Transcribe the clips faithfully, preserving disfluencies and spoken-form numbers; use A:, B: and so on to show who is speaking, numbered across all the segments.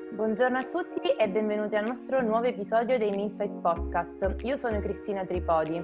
A: Buongiorno a tutti e benvenuti al nostro nuovo episodio dei Minsight Podcast. Io sono Cristina Tripodi.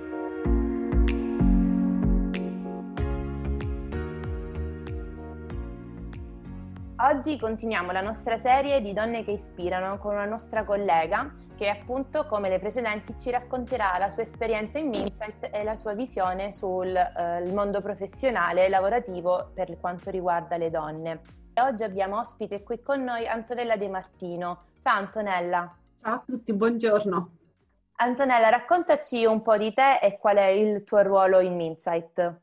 A: Oggi continuiamo la nostra serie di donne che ispirano con una nostra collega che appunto, come le precedenti, ci racconterà la sua esperienza in Minsight e la sua visione sul eh, mondo professionale e lavorativo per quanto riguarda le donne. Oggi abbiamo ospite qui con noi Antonella De Martino. Ciao Antonella.
B: Ciao a tutti, buongiorno.
A: Antonella, raccontaci un po' di te e qual è il tuo ruolo in Minsight.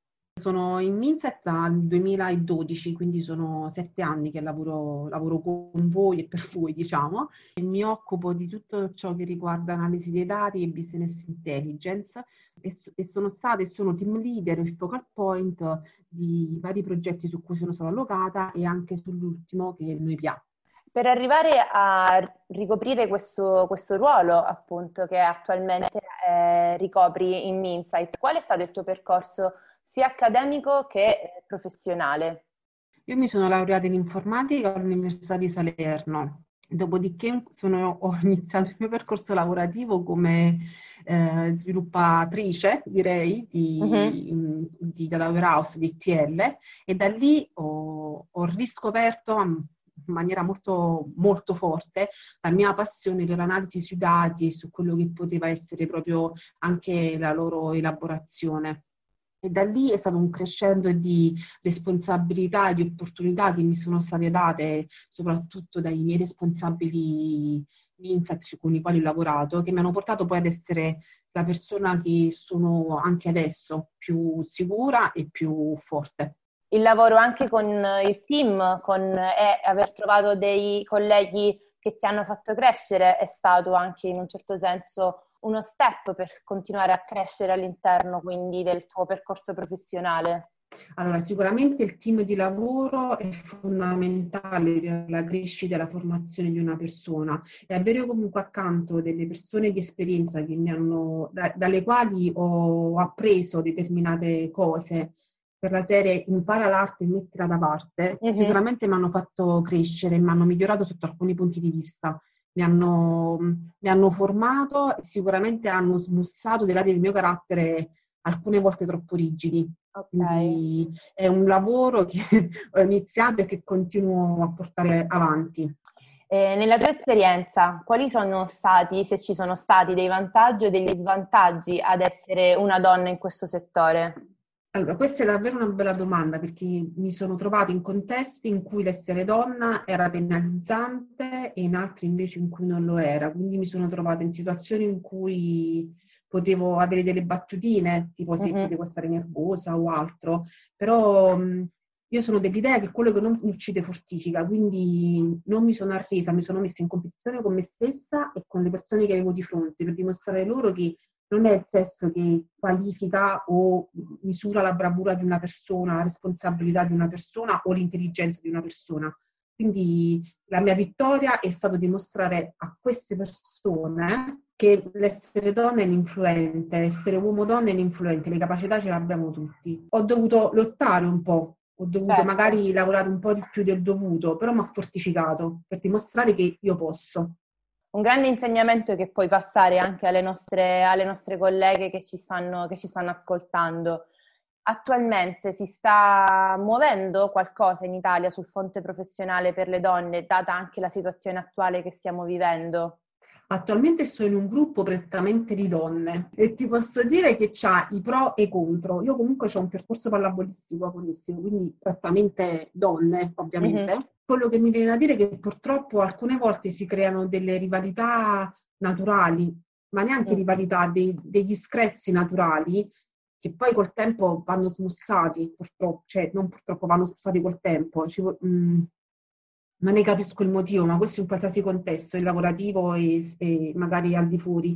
B: Sono in Minsight dal duemiladodici, quindi sono sette anni che lavoro, lavoro con voi e per voi, diciamo. E mi occupo di tutto ciò che riguarda analisi dei dati e business intelligence e, e sono stata e sono team leader, il focal point di vari progetti su cui sono stata allocata e anche sull'ultimo che noi piace.
A: Per arrivare a ricoprire questo, questo ruolo, appunto, che attualmente eh, ricopri in Minsight, qual è stato il tuo percorso sia accademico che professionale?
B: Io mi sono laureata in informatica all'Università di Salerno, dopodiché sono, ho iniziato il mio percorso lavorativo come eh, sviluppatrice, direi, di, uh-huh. di Data Warehouse, di E T L, e da lì ho, ho riscoperto in maniera molto, molto forte la mia passione per l'analisi sui dati e su quello che poteva essere proprio anche la loro elaborazione. E da lì è stato un crescendo di responsabilità e di opportunità che mi sono state date soprattutto dai miei responsabili Minsight con i quali ho lavorato, che mi hanno portato poi ad essere la persona che sono anche adesso, più sicura e più forte.
A: Il lavoro anche con il team, con e aver trovato dei colleghi che ti hanno fatto crescere è stato anche in un certo senso uno step per continuare a crescere all'interno quindi del tuo percorso professionale?
B: Allora, sicuramente il team di lavoro è fondamentale per la crescita e la formazione di una persona e avere comunque accanto delle persone di esperienza che mi hanno, da, dalle quali ho appreso determinate cose per la serie impara l'arte e mettila da parte, uh-huh. Sicuramente mi hanno fatto crescere, mi hanno migliorato sotto alcuni punti di vista. Mi hanno, mi hanno formato e sicuramente hanno smussato dei lati del mio carattere alcune volte troppo rigidi.
A: Okay.
B: Quindi è un lavoro che ho iniziato e che continuo a portare avanti.
A: Eh, nella tua esperienza, quali sono stati, se ci sono stati, dei vantaggi o degli svantaggi ad essere una donna in questo settore?
B: Allora, questa è davvero una bella domanda perché mi sono trovata in contesti in cui l'essere donna era penalizzante e in altri invece in cui non lo era, quindi mi sono trovata in situazioni in cui potevo avere delle battutine, tipo se uh-huh. potevo stare nervosa o altro, però mh, io sono dell'idea che quello che non uccide fortifica, quindi non mi sono arresa, mi sono messa in competizione con me stessa e con le persone che avevo di fronte per dimostrare loro che non è il sesso che qualifica o misura la bravura di una persona, la responsabilità di una persona o l'intelligenza di una persona. Quindi la mia vittoria è stato dimostrare a queste persone che l'essere donna è l'influente, essere uomo-donna è l'influente, le capacità ce le abbiamo tutti. Ho dovuto lottare un po', ho dovuto certo. magari lavorare un po' di più del dovuto, però mi ha fortificato per dimostrare che io posso.
A: Un grande insegnamento che puoi passare anche alle nostre, alle nostre colleghe che ci stanno, che ci stanno ascoltando. Attualmente si sta muovendo qualcosa in Italia sul fronte professionale per le donne, data anche la situazione attuale che stiamo vivendo?
B: Attualmente sto in un gruppo prettamente di donne e ti posso dire che c'ha i pro e i contro. Io comunque ho un percorso pallavolistico agonistico, quindi prettamente donne, ovviamente. Mm-hmm. Quello che mi viene da dire è che purtroppo alcune volte si creano delle rivalità naturali, ma neanche mm. rivalità, dei, degli screzi naturali, che poi col tempo vanno smussati, purtroppo, cioè non purtroppo vanno smussati col tempo. Ci, mh, non ne capisco il motivo, ma questo in qualsiasi contesto, il lavorativo e, e magari al di fuori.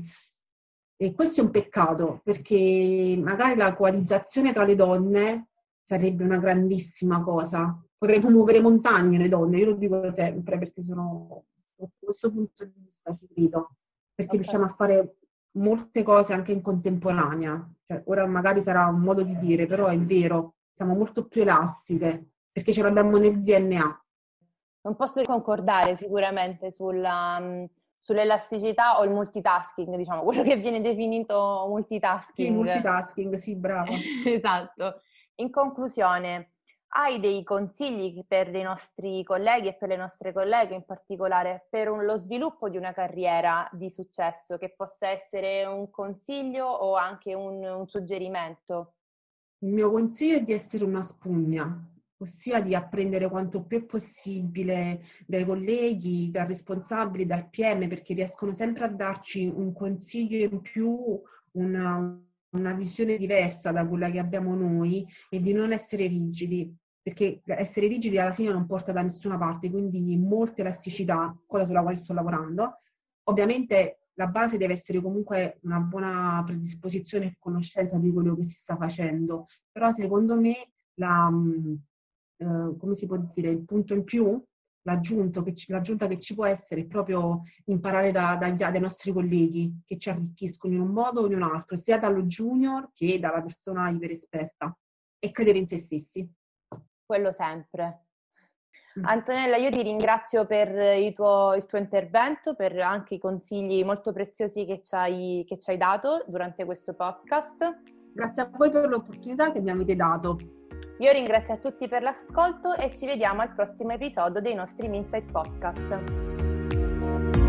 B: E questo è un peccato, perché magari la coalizzazione tra le donne sarebbe una grandissima cosa. Potremmo muovere montagne le donne, io lo dico sempre, perché sono, da questo punto di vista ci credo, perché okay. riusciamo a fare molte cose anche in contemporanea. Cioè, ora magari sarà un modo di dire, però è vero, siamo molto più elastiche, perché ce l'abbiamo nel D N A.
A: non posso concordare sicuramente sulla, mh, sull'elasticità o il multitasking, diciamo, quello che viene definito multitasking.
B: Sì, multitasking, sì, brava.
A: Esatto. In conclusione, hai dei consigli per i nostri colleghi e per le nostre colleghe in particolare per un- lo sviluppo di una carriera di successo, che possa essere un consiglio o anche un, un suggerimento?
B: Il mio consiglio è di essere una spugna, ossia di apprendere quanto più è possibile dai colleghi, dal responsabile, dal P M, perché riescono sempre a darci un consiglio in più, una, una visione diversa da quella che abbiamo noi, e di non essere rigidi, perché essere rigidi alla fine non porta da nessuna parte, quindi molta elasticità, cosa sulla quale sto lavorando. Ovviamente la base deve essere comunque una buona predisposizione e conoscenza di quello che si sta facendo, però secondo me la, mh, eh, come si può dire, il punto in più, l'aggiunto che ci, l'aggiunta che ci può essere è proprio imparare da, dagli, dai nostri colleghi che ci arricchiscono in un modo o in un altro, sia dallo junior che dalla persona iper esperta, e credere in se stessi.
A: Quello sempre. Antonella, io ti ringrazio per il tuo, il tuo intervento, per anche i consigli molto preziosi che ci hai, che ci hai dato durante questo podcast.
B: Grazie a voi per l'opportunità che mi avete dato.
A: Io ringrazio a tutti per l'ascolto e ci vediamo al prossimo episodio dei nostri Minsight Podcast.